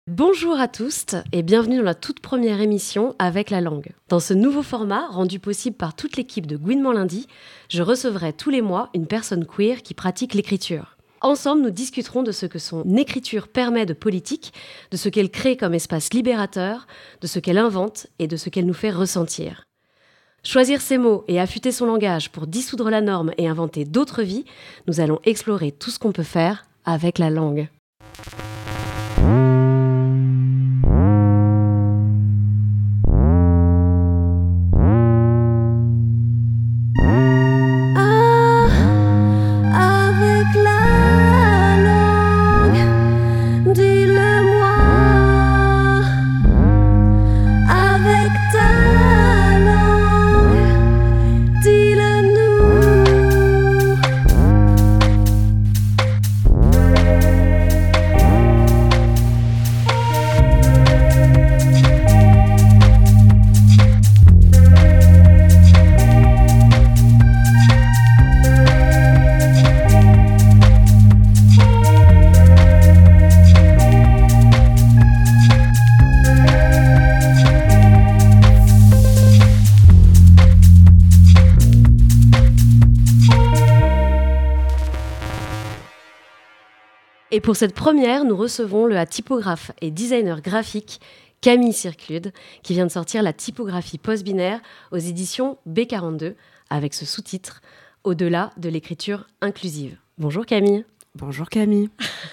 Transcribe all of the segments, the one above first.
Bonjour à tous et bienvenue dans la toute première émission Avec la langue. Dans ce nouveau format, rendu possible par toute l'équipe de Gouinement Lundi, je recevrai tous les mois une personne queer qui pratique l'écriture. Ensemble, nous discuterons de ce que son écriture permet de politique, de ce qu'elle crée comme espace libérateur, de ce qu'elle invente et de ce qu'elle nous fait ressentir. Choisir ses mots et affûter son langage pour dissoudre la norme et inventer d'autres vies, nous allons explorer tout ce qu'on peut faire avec la langue. Et pour cette première, nous recevons le typographe et designer graphique Camille Circlude, qui vient de sortir la typographie post-binaire aux éditions B42, avec ce sous-titre « Au-delà de l'écriture inclusive ». Bonjour Camille. Bonjour Camille.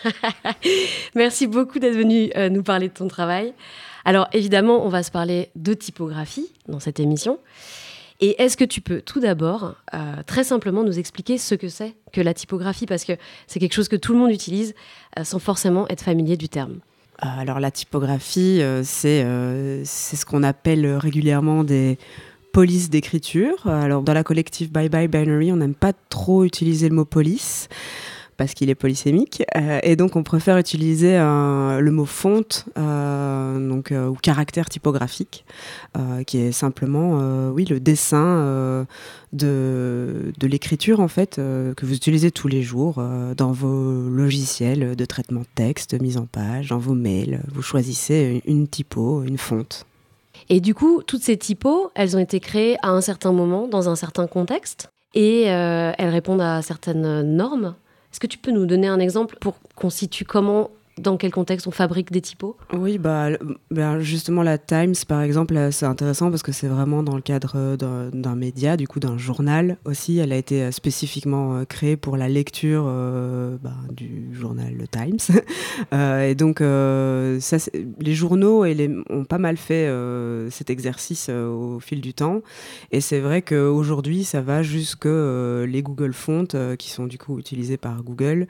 Merci beaucoup d'être venue nous parler de ton travail. Alors évidemment, on va se parler de typographie dans cette émission. Et est-ce que tu peux tout d'abord, très simplement, nous expliquer ce que c'est que la typographie, parce que c'est quelque chose que tout le monde utilise sans forcément être familier du terme. Alors la typographie, c'est ce qu'on appelle régulièrement des polices d'écriture. Alors dans la collective Bye Bye Binary, on n'aime pas trop utiliser le mot police, parce qu'il est polysémique, et donc on préfère utiliser le mot fonte, ou caractère typographique, qui est simplement le dessin de l'écriture en fait, que vous utilisez tous les jours dans vos logiciels de traitement de texte, mise en page, dans vos mails. Vous choisissez une typo, une fonte. Et du coup, toutes ces typos, elles ont été créées à un certain moment, dans un certain contexte, et elles répondent à certaines normes. Est-ce que tu peux nous donner un exemple pour qu'on situe comment, dans quel contexte on fabrique des typos ? Oui, justement la Times par exemple, c'est intéressant parce que c'est vraiment dans le cadre d'un média, du coup d'un journal aussi. Elle a été spécifiquement créée pour la lecture du journal Le Times. Et donc les journaux ont pas mal fait cet exercice au fil du temps. Et c'est vrai qu'aujourd'hui ça va jusque les Google Fonts qui sont du coup utilisés par Google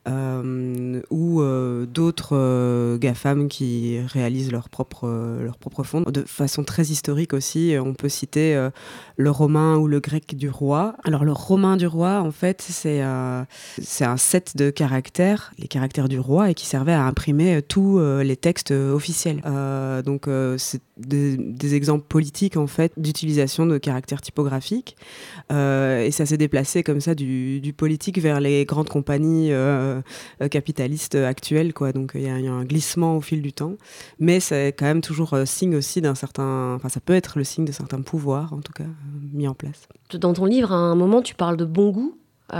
ou d'autres GAFAM qui réalisent leur propre fond. De façon très historique aussi, on peut citer le romain ou le grec du roi. Alors le romain du roi, en fait, c'est un set de caractères, les caractères du roi, et qui servait à imprimer tous les textes officiels. C'est des exemples politiques, en fait, d'utilisation de caractères typographiques. Et ça s'est déplacé comme ça du politique vers les grandes compagnies capitalistes actuelles, quoi. Donc il y a un glissement au fil du temps, mais c'est quand même toujours signe aussi ça peut être le signe de certains pouvoirs, en tout cas, mis en place. Dans ton livre, à un moment, tu parles de bon goût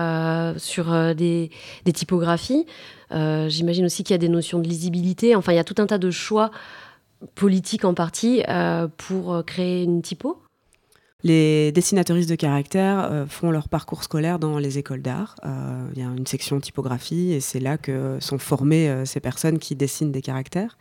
sur des typographies. J'imagine aussi qu'il y a des notions de lisibilité. Enfin, il y a tout un tas de choix politiques en partie pour créer une typo. Les dessinateuristes de caractères font leur parcours scolaire dans les écoles d'art. Il y a une section typographie et c'est là que sont formées ces personnes qui dessinent des caractères.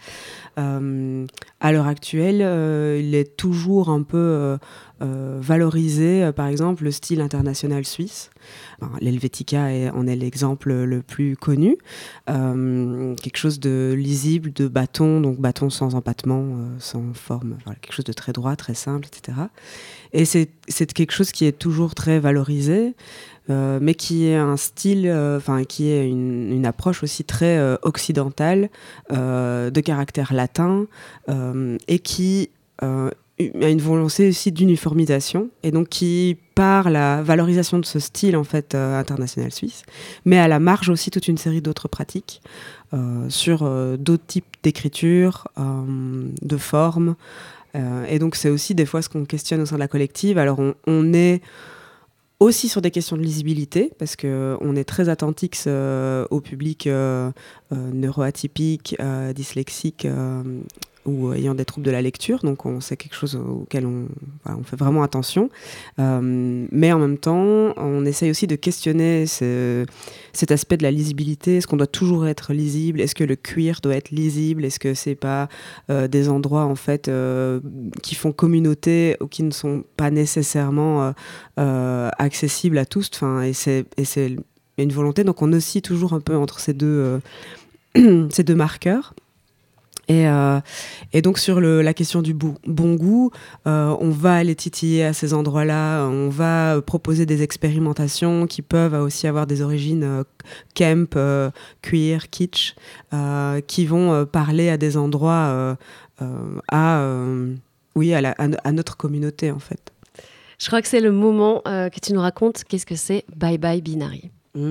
À l'heure actuelle, il est toujours un peu valorisé, par exemple, le style international suisse. L'Helvetica en est l'exemple le plus connu. Quelque chose de lisible, de bâton, donc bâton sans empattement, sans forme, voilà, quelque chose de très droit, très simple, etc. Et c'est quelque chose qui est toujours très valorisé, mais qui est un style, qui est une approche aussi très occidentale, de caractère latin, et qui a une volonté aussi d'uniformisation, et donc qui, par la valorisation de ce style en fait international suisse, met à la marge aussi toute une série d'autres pratiques, sur d'autres types d'écriture, de formes. Et donc c'est aussi des fois ce qu'on questionne au sein de la collective. Alors on est aussi sur des questions de lisibilité, parce qu'on est très attentif au public neuroatypique, dyslexique ou ayant des troubles de la lecture. Donc c'est quelque chose auquel on fait vraiment attention. Mais en même temps, on essaye aussi de questionner cet aspect de la lisibilité. Est-ce qu'on doit toujours être lisible ? Est-ce que le queer doit être lisible ? Est-ce que c'est pas des endroits en fait qui font communauté ou qui ne sont pas nécessairement accessibles à tous ? Et c'est une volonté. Donc on oscille toujours un peu entre ces deux marqueurs. Et donc sur la question du bon goût, on va aller titiller à ces endroits-là, on va proposer des expérimentations qui peuvent aussi avoir des origines camp, queer, kitsch, qui vont parler à des endroits à notre communauté en fait. Je crois que c'est le moment que tu nous racontes qu'est-ce que c'est Bye Bye Binary.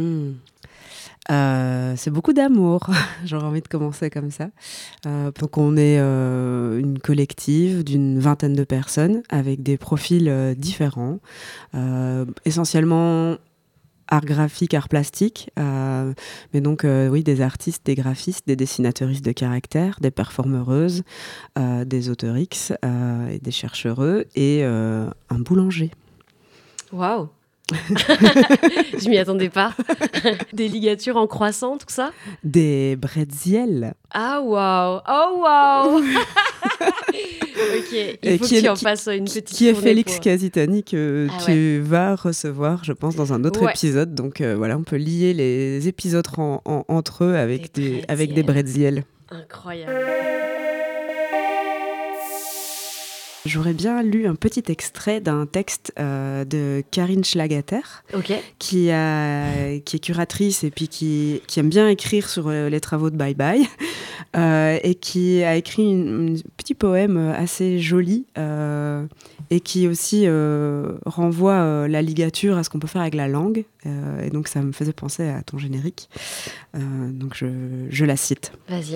C'est beaucoup d'amour. J'aurais envie de commencer comme ça. Donc on est une collective d'une 20aine de personnes avec des profils différents, essentiellement art graphique, art plastique, mais donc des artistes, des graphistes, des dessinateuristes de caractère, des performeuses, des auteurix, et des chercheureux et un boulanger. Waouh. Je m'y attendais pas. Des ligatures en croissant, tout ça. Des bretzels. Ah waouh. Oh waouh. Ok, il faut que tu en fasses une petite qui est Félix pour... Casitani que tu vas recevoir, je pense, dans un autre épisode. Donc voilà, on peut lier les épisodes entre eux avec des bretzels. Incroyable. J'aurais bien lu un petit extrait d'un texte de Karine Schlagater, qui est curatrice et puis qui aime bien écrire sur les travaux de Bye Bye, et qui a écrit un petit poème assez joli et qui aussi renvoie la ligature à ce qu'on peut faire avec la langue. Et donc ça me faisait penser à ton générique. Donc je la cite. Vas-y.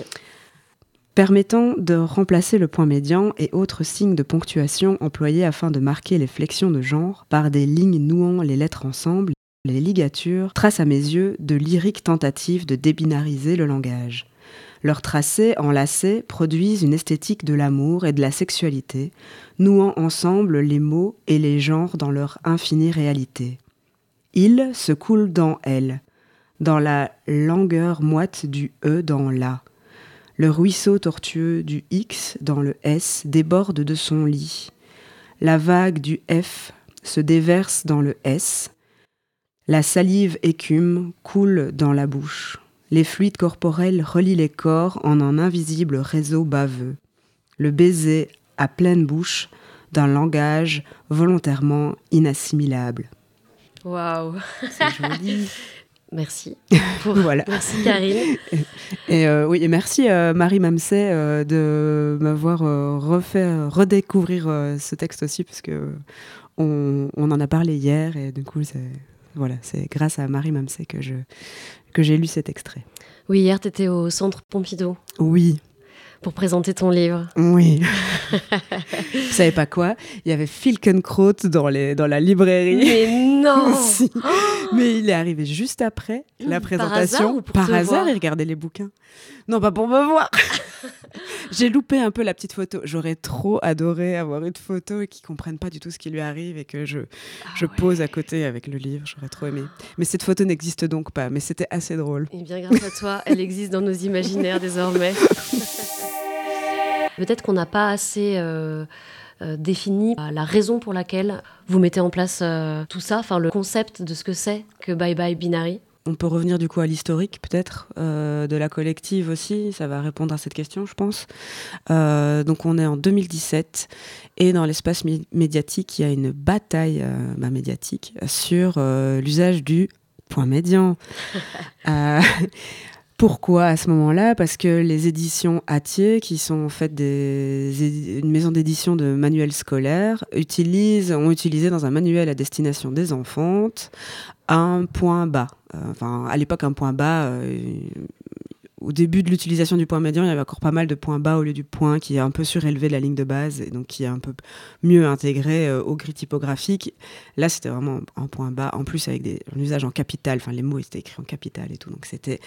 Permettant de remplacer le point médian et autres signes de ponctuation employés afin de marquer les flexions de genre par des lignes nouant les lettres ensemble, les ligatures tracent à mes yeux de lyriques tentatives de débinariser le langage. Leurs tracés enlacés produisent une esthétique de l'amour et de la sexualité, nouant ensemble les mots et les genres dans leur infinie réalité. Il se coule dans elle, dans la langueur moite du E dans l'A. Le ruisseau tortueux du X dans le S déborde de son lit. La vague du F se déverse dans le S. La salive écume, coule dans la bouche. Les fluides corporels relient les corps en un invisible réseau baveux. Le baiser à pleine bouche d'un langage volontairement inassimilable. Waouh. C'est joli. Merci. Voilà. Merci Karine. Et merci Marie Mamsey de m'avoir refait redécouvrir ce texte aussi, parce que on en a parlé hier et du coup c'est grâce à Marie Mamsey que j'ai lu cet extrait. Oui, hier tu étais au Centre Pompidou. Oui. Pour présenter ton livre. Oui. Vous savez pas quoi ? Il y avait Filkenkraut dans la librairie. Mais non. Si. Mais il est arrivé juste après la présentation. Par hasard, il regardait les bouquins. Non, pas pour me voir. J'ai loupé un peu la petite photo. J'aurais trop adoré avoir une photo et qu'ils comprennent pas du tout ce qui lui arrive et que je pose à côté avec le livre. J'aurais trop aimé. Mais cette photo n'existe donc pas. Mais c'était assez drôle. Et bien grâce à toi, elle existe dans nos imaginaires désormais. Peut-être qu'on n'a pas assez défini la raison pour laquelle vous mettez en place tout ça, enfin le concept de ce que c'est que Bye Bye Binary. On peut revenir du coup à l'historique peut-être de la collective aussi, ça va répondre à cette question je pense. Donc on est en 2017 et dans l'espace médiatique il y a une bataille médiatique sur l'usage du point médian. Pourquoi à ce moment-là ? Parce que les éditions Hatier, qui sont en fait une maison d'édition de manuels scolaires, ont utilisé dans un manuel à destination des enfantes un point bas. À l'époque, un point bas au début de l'utilisation du point médian, il y avait encore pas mal de points bas au lieu du point qui est un peu surélevé de la ligne de base et donc qui est un peu mieux intégré aux grilles typographiques. Là, c'était vraiment un point bas, en plus avec un usage en capital, enfin les mots étaient écrits en capital et tout, donc c'était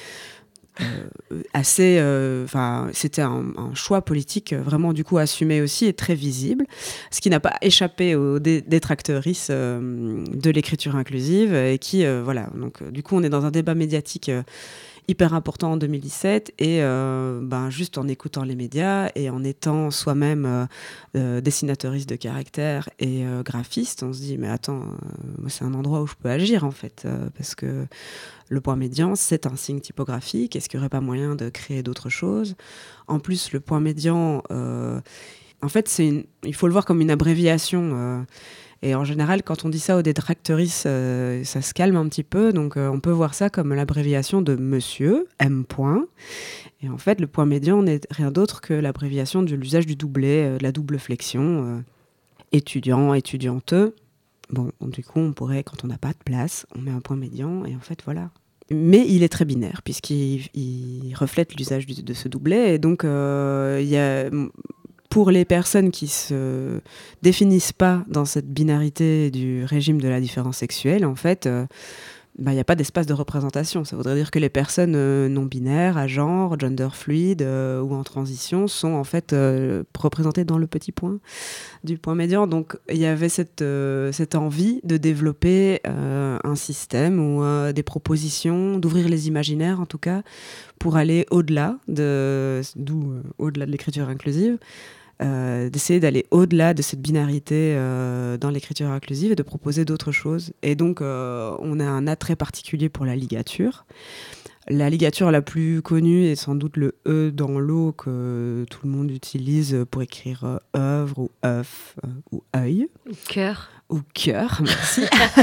c'était un choix politique vraiment du coup assumé aussi et très visible, ce qui n'a pas échappé aux détractrices de l'écriture inclusive et qui donc du coup on est dans un débat médiatique hyper important en 2017 et juste en écoutant les médias et en étant soi-même dessinatrice de caractère et graphiste, on se dit mais attends, moi c'est un endroit où je peux agir en fait parce que le point médian c'est un signe typographique, est-ce qu'il n'y aurait pas moyen de créer d'autres choses? En plus le point médian en fait il faut le voir comme une abréviation et en général, quand on dit ça aux détractrices, ça se calme un petit peu. Donc, on peut voir ça comme l'abréviation de monsieur, M. Et en fait, le point médian n'est rien d'autre que l'abréviation de l'usage du doublet, de la double flexion. Étudiant, étudianteux. Bon, du coup, on pourrait, quand on n'a pas de place, on met un point médian et en fait, voilà. Mais il est très binaire, puisqu'il reflète l'usage de ce doublet. Et donc, il y a... Pour les personnes qui se définissent pas dans cette binarité du régime de la différence sexuelle, en fait, il n'y a pas d'espace de représentation. Ça voudrait dire que les personnes non binaires, à genre, gender fluide ou en transition sont en fait représentées dans le petit point du point médian. Donc il y avait cette envie de développer un système ou des propositions, d'ouvrir les imaginaires en tout cas, pour aller au-delà au-delà de l'écriture inclusive. D'essayer d'aller au-delà de cette binarité dans l'écriture inclusive et de proposer d'autres choses. Et donc, on a un attrait particulier pour la ligature. La ligature la plus connue est sans doute le E dans l'eau que tout le monde utilise pour écrire œuvre ou œuf ou œil. Ou cœur. Ou cœur, merci.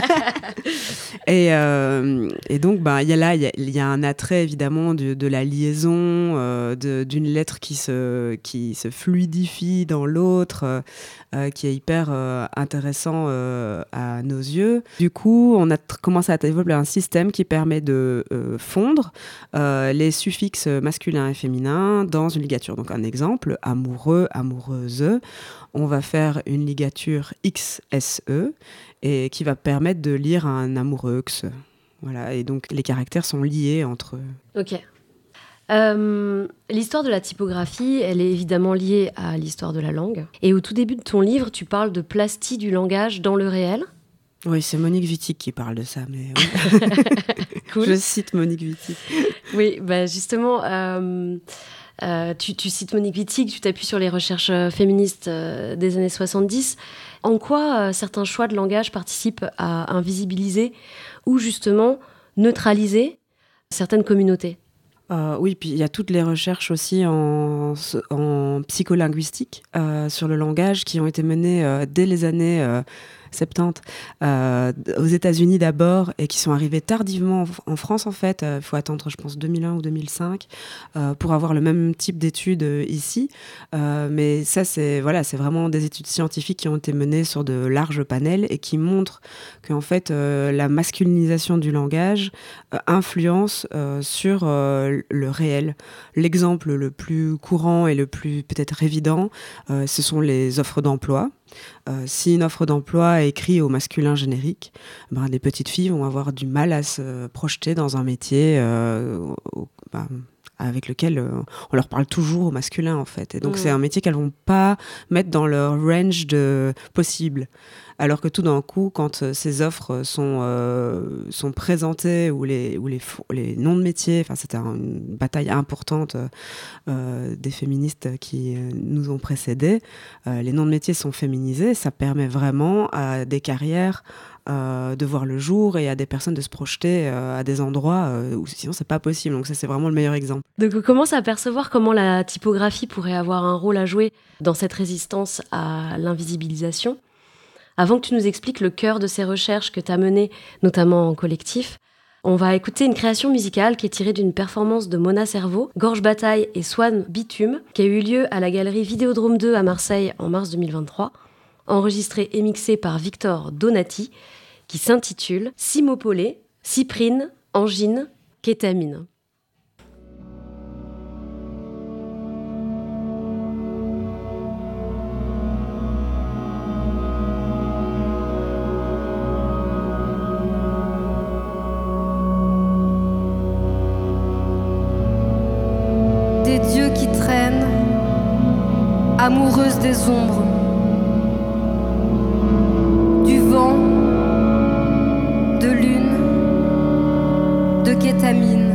et donc, il y a un attrait évidemment de la liaison, d'une lettre qui se fluidifie dans l'autre, qui est hyper intéressant à nos yeux. Du coup, on a commencé à développer un système qui permet de fondre les suffixes masculins et féminins dans une ligature. Donc, un exemple, amoureux, amoureuse. On va faire une ligature XSE et qui va permettre de lire un amoureux. Voilà, et donc les caractères sont liés entre eux. Ok. L'histoire de la typographie, elle est évidemment liée à l'histoire de la langue. Et au tout début de ton livre, tu parles de plastie du langage dans le réel. Oui, c'est Monique Wittig qui parle de ça, mais oui. Cool. Je cite Monique Wittig. Oui, justement... tu cites Monique Wittig, tu t'appuies sur les recherches féministes des années 70. En quoi certains choix de langage participent à invisibiliser ou justement neutraliser certaines communautés? Oui, puis il y a toutes les recherches aussi en psycholinguistique sur le langage qui ont été menées dès les années 70 aux États-Unis d'abord et qui sont arrivées tardivement en France en fait. Il faut attendre, je pense, 2001 ou 2005 pour avoir le même type d'études ici. Mais ça, c'est vraiment des études scientifiques qui ont été menées sur de larges panels et qui montrent qu'en fait, la masculinisation du langage influence sur le réel. L'exemple le plus courant et le plus peut-être évident, ce sont les offres d'emploi. Si une offre d'emploi est écrite au masculin générique, les petites filles vont avoir du mal à se projeter dans un métier avec lequel on leur parle toujours au masculin en fait. Et donc c'est un métier qu'elles vont pas mettre dans leur range de possible. Alors que tout d'un coup, quand ces offres sont présentées ou les noms de métiers, enfin c'était une bataille importante des féministes qui nous ont précédés, les noms de métiers sont féminisés, ça permet vraiment à des carrières de voir le jour et à des personnes de se projeter à des endroits où sinon c'est pas possible. Donc ça c'est vraiment le meilleur exemple. Donc on commence à percevoir comment la typographie pourrait avoir un rôle à jouer dans cette résistance à l'invisibilisation. Avant que tu nous expliques le cœur de ces recherches que tu as menées, notamment en collectif, on va écouter une création musicale qui est tirée d'une performance de Mona Cerveau, Gorge Bataille et Swan Bitume, qui a eu lieu à la galerie Vidéodrome 2 à Marseille en mars 2023, enregistrée et mixée par Victor Donati, qui s'intitule « Simopolé, cyprine, angine, kétamine ». amoureuse des ombres, du vent, de lune, de kétamine.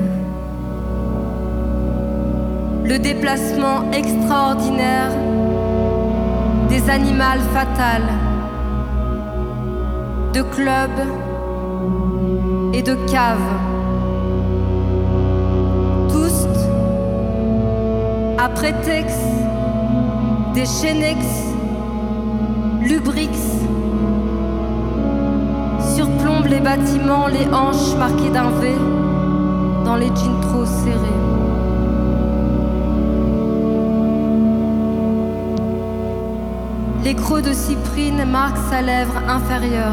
Le déplacement extraordinaire des animaux fatals, de clubs et de caves. Tous, à prétexte des Chenex, Lubrix, surplombent les bâtiments, les hanches marquées d'un V dans les jeans trop serrés. Les creux de cyprine marquent sa lèvre inférieure.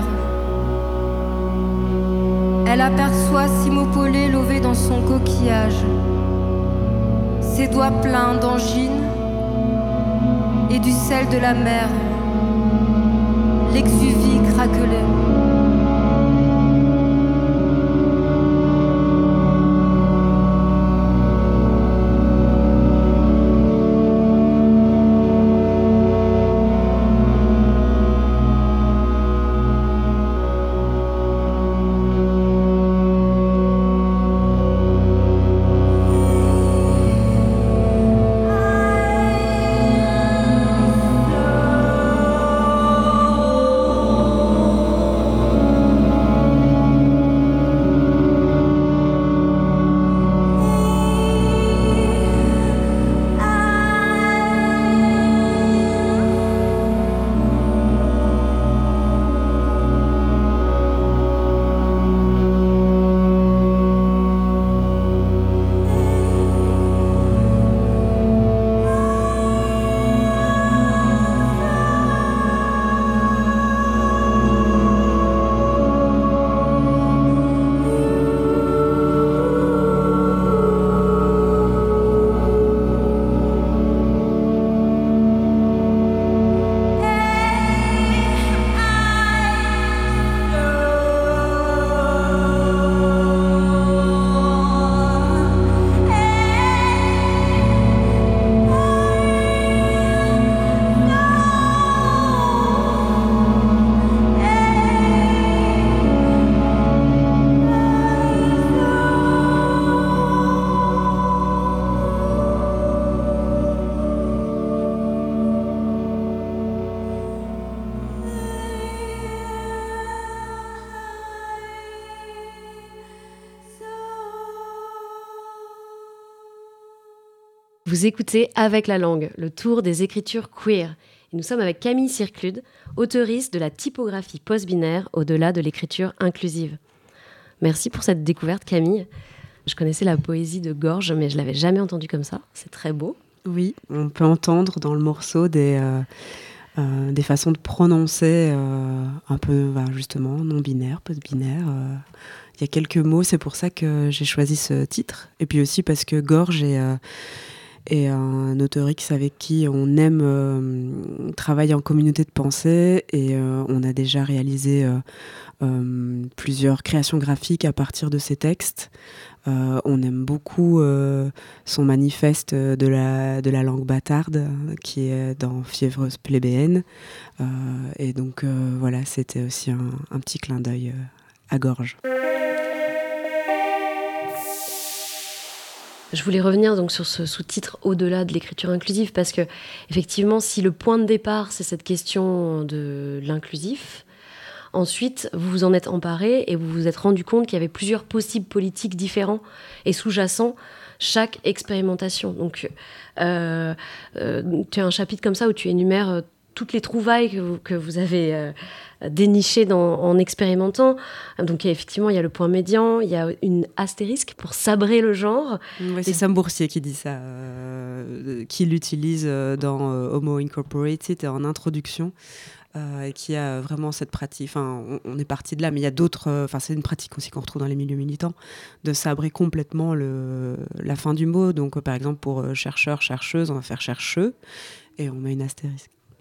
Elle aperçoit Simopolé lové dans son coquillage, ses doigts pleins d'angines et du sel de la mer, l'exuvie craquelée. Vous écoutez Avec la langue, le tour des écritures queer. Et nous sommes avec Camille Circlude, auteuriste de la typographie post-binaire au-delà de l'écriture inclusive. Merci pour cette découverte, Camille. Je connaissais la poésie de Gorge, mais je ne l'avais jamais entendue comme ça. C'est très beau. Oui, on peut entendre dans le morceau des façons de prononcer un peu, justement, non-binaire, post-binaire. Il y a quelques mots, c'est pour ça que j'ai choisi ce titre. Et puis aussi parce que Gorge est un auteurix avec qui on aime travailler en communauté de pensée et on a déjà réalisé plusieurs créations graphiques à partir de ses textes. On aime beaucoup son manifeste de la langue bâtarde qui est dans Fiévreuse plébéenne. Et donc voilà, c'était aussi un petit clin d'œil à Gorge. Je voulais revenir donc sur ce sous-titre au-delà de l'écriture inclusive parce que effectivement, si le point de départ c'est cette question de l'inclusif, ensuite vous vous en êtes emparé et vous vous êtes rendu compte qu'il y avait plusieurs possibles politiques différents et sous-jacents chaque expérimentation. Donc tu as un chapitre comme ça où tu énumères toutes les trouvailles que vous avez dénichées en expérimentant. Donc effectivement, il y a le point médian, il y a une astérisque pour sabrer le genre. Ouais, c'est Sam Boursier qui dit ça, qui l'utilise dans Homo Incorporated en introduction. Et qui a vraiment cette pratique, on est parti de là, mais il y a d'autres, c'est une pratique aussi qu'on retrouve dans les milieux militants, de sabrer complètement la fin du mot. Donc par exemple pour chercheur, chercheuse, on va faire chercheux, et on met une astérisque.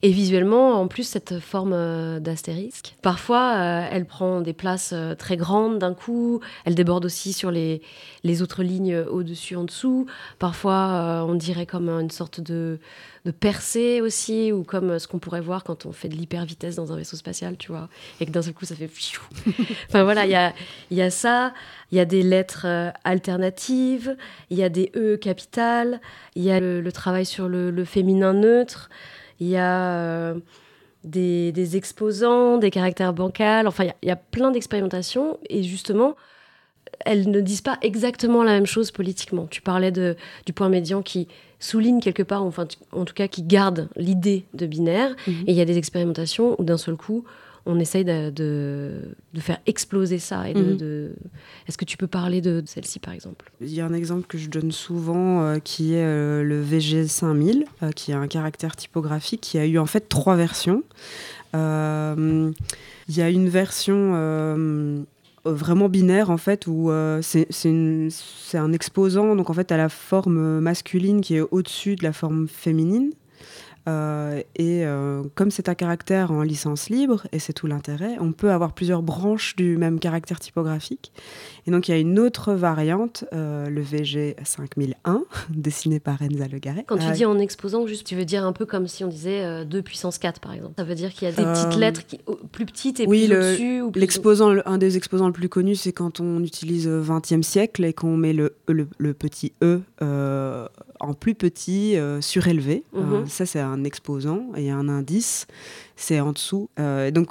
Et visuellement, en plus, cette forme d'astérisque. Parfois, elle prend des places très grandes d'un coup. Elle déborde aussi sur les autres lignes au-dessus, en dessous. Parfois, on dirait comme une sorte de percée aussi, ou comme ce qu'on pourrait voir quand on fait de l'hyper-vitesse dans un vaisseau spatial, tu vois. Et que d'un seul coup, ça fait... Enfin voilà, il y a ça. Il y a des lettres alternatives. Il y a des E capitales. Il y a le travail sur le féminin neutre. Il y a des exposants, des caractères bancals. Enfin, il y a plein d'expérimentations. Et justement, elles ne disent pas exactement la même chose politiquement. Tu parlais du point médian qui souligne quelque part, enfin, en tout cas, qui garde l'idée de binaire. Et il y a des expérimentations où d'un seul coup, on essaye de faire exploser ça. Et Est-ce que tu peux parler de celle-ci, par exemple ? Il y a un exemple que je donne souvent qui est le VG 5000, qui a un caractère typographique qui a eu en fait 3 versions. Il y a une version vraiment binaire en fait où c'est un exposant, donc en fait à la forme masculine qui est au-dessus de la forme féminine. Comme c'est un caractère en licence libre, et c'est tout l'intérêt, on peut avoir plusieurs branches du même caractère typographique. Et donc il y a une autre variante, le VG 5001, dessiné par Renza Legaret. Quand tu dis en exposant, juste, tu veux dire un peu comme si on disait 2 puissance 4, par exemple. Ça veut dire qu'il y a des petites lettres plus petites et plus au-dessus ou plus un des exposants le plus connus, c'est quand on utilise 20e siècle et qu'on met le petit E en plus petit, surélevé. Ça, c'est un exposant, et un indice, c'est en dessous. Et donc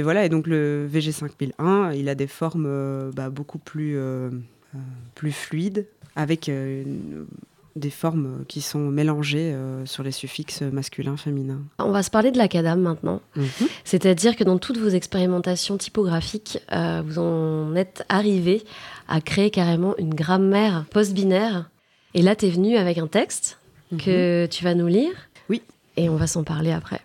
le VG 5001, il a des formes beaucoup plus fluides, avec des formes qui sont mélangées sur les suffixes masculin-féminin. On va se parler de l'acadam maintenant. C'est-à-dire que dans toutes vos expérimentations typographiques, vous en êtes arrivé à créer carrément une grammaire post-binaire. Et là, tu es venu avec un texte que tu vas nous lire. Oui. Et on va s'en parler après.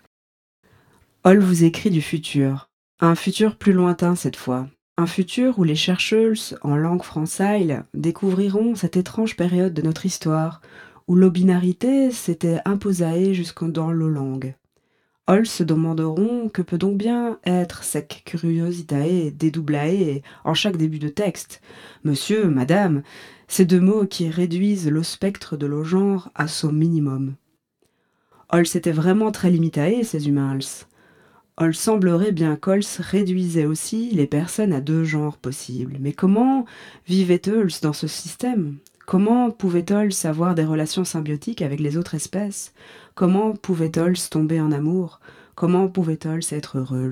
Hall vous écrit du futur. Un futur plus lointain cette fois. Un futur où les chercheuses en langue française découvriront cette étrange période de notre histoire où l'obinarité s'était imposaée jusque dans nos langues. Hall se demanderont que peut donc bien être sec curiositae dédoublae en chaque début de texte. Monsieur, madame, ces 2 mots qui réduisent le spectre de le genre à son minimum. Hall s'était vraiment très limitae, ces humains. Hall semblerait bien qu'Hall réduisait aussi les personnes à 2 genres possibles. Mais comment vivaient-elles dans ce système ? Comment pouvaient-elles avoir des relations symbiotiques avec les autres espèces ? Comment pouvaient-elles tomber en amour ? Comment pouvaient-elles être heureuses ?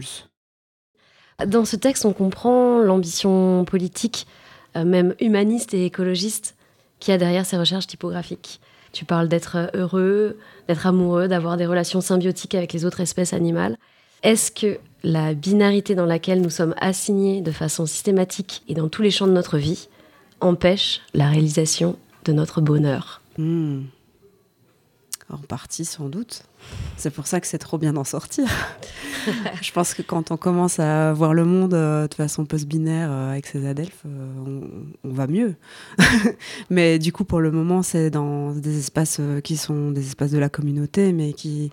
Dans ce texte, on comprend l'ambition politique, même humaniste et écologiste, qu'il y a derrière ces recherches typographiques. Tu parles d'être heureux, d'être amoureux, d'avoir des relations symbiotiques avec les autres espèces animales. Est-ce que la binarité dans laquelle nous sommes assignés de façon systématique et dans tous les champs de notre vie empêche la réalisation de notre bonheur ? En partie, sans doute. C'est pour ça que c'est trop bien d'en sortir. Je pense que quand on commence à voir le monde de façon post-binaire avec ces adelphes, on va mieux. Mais du coup, pour le moment, c'est dans des espaces qui sont des espaces de la communauté, mais qui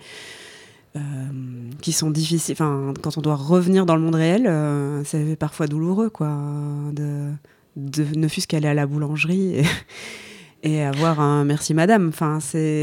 sont difficiles. Enfin, quand on doit revenir dans le monde réel, c'est parfois douloureux, quoi, ne fût-ce qu'aller à la boulangerie et avoir un merci madame. Enfin,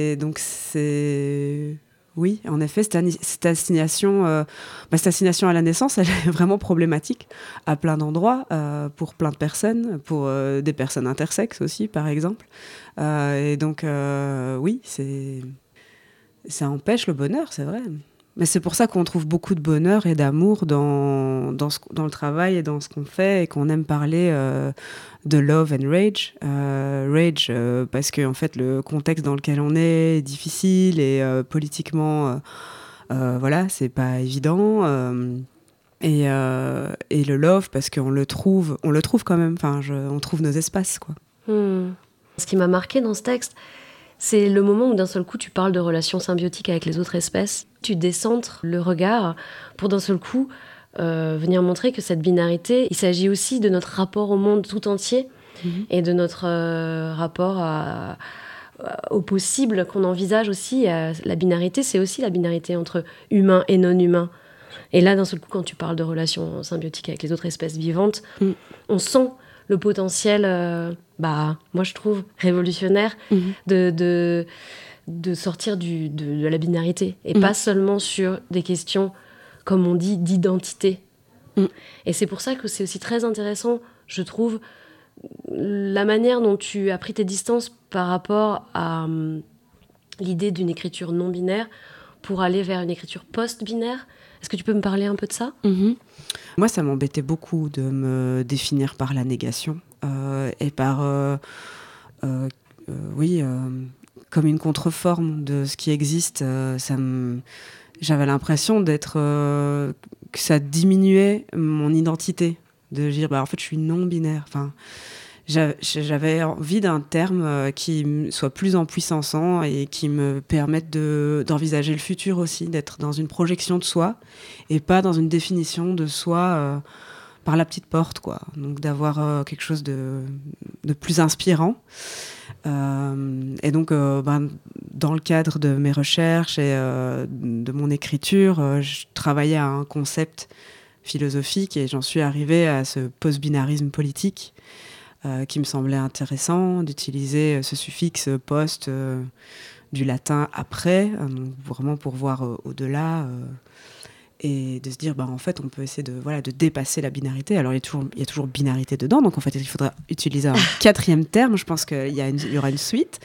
oui, en effet, cette assignation à la naissance, elle est vraiment problématique à plein d'endroits, pour plein de personnes, pour des personnes intersexes aussi, par exemple. Et donc, oui, ça empêche le bonheur, c'est vrai. Mais c'est pour ça qu'on trouve beaucoup de bonheur et d'amour dans le travail et dans ce qu'on fait, et qu'on aime parler de love and rage. Rage, parce que en fait, le contexte dans lequel on est difficile, et politiquement, voilà, c'est pas évident. Et le love, parce qu'on le trouve quand même. Enfin, on trouve nos espaces, quoi. Ce qui m'a marqué dans ce texte, c'est le moment où d'un seul coup tu parles de relations symbiotiques avec les autres espèces. Tu décentres le regard pour d'un seul coup venir montrer que cette binarité, il s'agit aussi de notre rapport au monde tout entier, et de notre rapport au possible qu'on envisage aussi. La binarité, c'est aussi la binarité entre humain et non humain. Et là, d'un seul coup, quand tu parles de relations symbiotiques avec les autres espèces vivantes, on sent le potentiel, moi je trouve, révolutionnaire de sortir de la binarité. Et pas seulement sur des questions, comme on dit, d'identité. Et c'est pour ça que c'est aussi très intéressant, je trouve, la manière dont tu as pris tes distances par rapport à l'idée d'une écriture non binaire pour aller vers une écriture post-binaire. Est-ce que tu peux me parler un peu de ça ? Moi, ça m'embêtait beaucoup de me définir par la négation et par, comme une contreforme de ce qui existe. J'avais l'impression que ça diminuait mon identité, de dire en fait je suis non binaire. Enfin, j'avais envie d'un terme qui soit plus empuissançant et qui me permette d'envisager le futur aussi, d'être dans une projection de soi et pas dans une définition de soi par la petite porte, quoi. Donc d'avoir quelque chose de plus inspirant. Et donc, dans le cadre de mes recherches et de mon écriture, je travaillais à un concept philosophique et j'en suis arrivée à ce post-binarisme politique qui me semblait intéressant d'utiliser ce suffixe post du latin après, donc vraiment pour voir au-delà et de se dire en fait on peut essayer de dépasser la binarité. Alors il y a toujours binarité dedans, donc en fait il faudra utiliser un quatrième terme. Je pense qu'il y aura une suite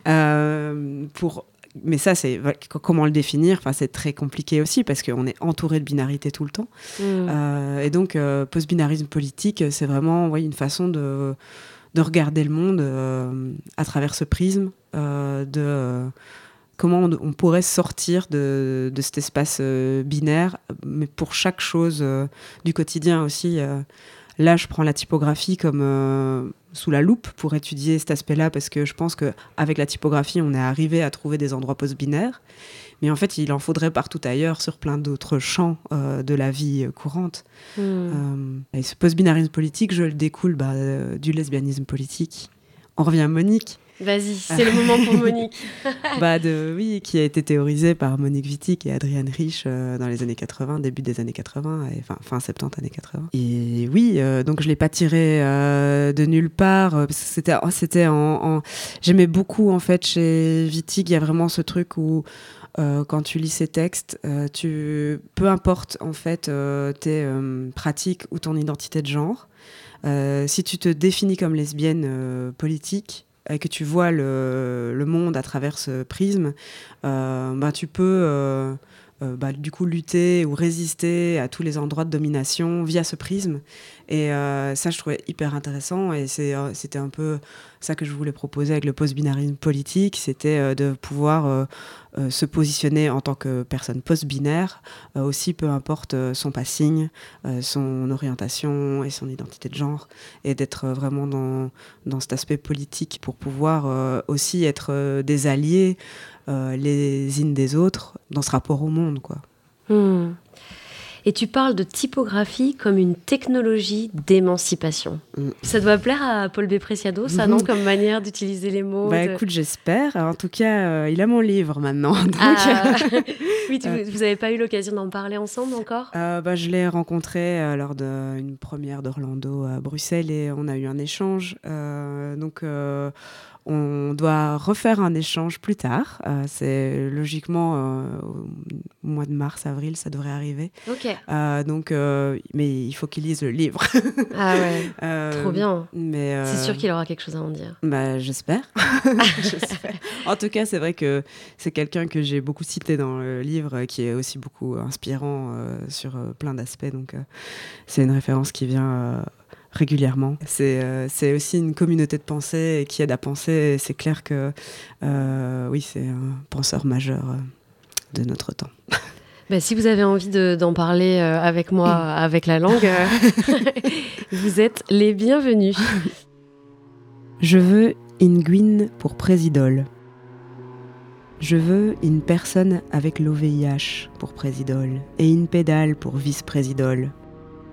mais ça, comment le définir ? Enfin, c'est très compliqué aussi parce qu'on est entouré de binarité tout le temps. Et donc, post-binarisme politique, c'est vraiment une façon de regarder le monde à travers ce prisme de comment on pourrait sortir de cet espace binaire, mais pour chaque chose du quotidien aussi. Là, je prends la typographie comme sous la loupe pour étudier cet aspect-là, parce que je pense qu'avec la typographie, on est arrivé à trouver des endroits post-binaires. Mais en fait, il en faudrait partout ailleurs, sur plein d'autres champs de la vie courante. Et ce post-binarisme politique, je le découle du lesbianisme politique. On revient à Monique. Vas-y, c'est le moment pour Monique. Qui a été théorisée par Monique Wittig et Adrienne Rich dans les années 80, début des années 80, et fin 70, années 80. Et donc je l'ai pas tiré de nulle part. C'était j'aimais beaucoup en fait chez Wittig. Il y a vraiment ce truc où quand tu lis ses textes, peu importe en fait tes pratiques ou ton identité de genre, si tu te définis comme lesbienne politique, et que tu vois le monde à travers ce prisme, tu peux du coup lutter ou résister à tous les endroits de domination via ce prisme. Et ça, je trouvais hyper intéressant. Et c'était un peu ça que je voulais proposer avec le post-binarisme politique, c'était de pouvoir se positionner en tant que personne post-binaire, aussi peu importe son passing, son orientation et son identité de genre, et d'être vraiment dans cet aspect politique pour pouvoir aussi être des alliés les unes des autres dans ce rapport au monde, quoi. Et tu parles de typographie comme une technologie d'émancipation. Ça doit plaire à Paul B. Preciado, ça, non, comme manière d'utiliser les mots Écoute, j'espère. En tout cas, il a mon livre maintenant. Donc... Oui, vous n'avez pas eu l'occasion d'en parler ensemble encore ? Je l'ai rencontré lors d'une première d'Orlando à Bruxelles et on a eu un échange. On doit refaire un échange plus tard. C'est logiquement au mois de mars, avril, ça devrait arriver. Ok. Mais il faut qu'il lise le livre. Ah ouais, trop bien. Mais c'est sûr qu'il aura quelque chose à en dire. J'espère. J'espère. En tout cas, c'est vrai que c'est quelqu'un que j'ai beaucoup cité dans le livre, qui est aussi beaucoup inspirant sur plein d'aspects. Donc, c'est une référence qui vient... régulièrement. C'est aussi une communauté de pensée qui aide à penser. C'est clair que c'est un penseur majeur de notre temps. Si vous avez envie d'en parler avec moi, avec la langue, vous êtes les bienvenus. Je veux une Gwyn pour présidole. Je veux une personne avec l'OVIH pour présidole et une pédale pour vice-présidole.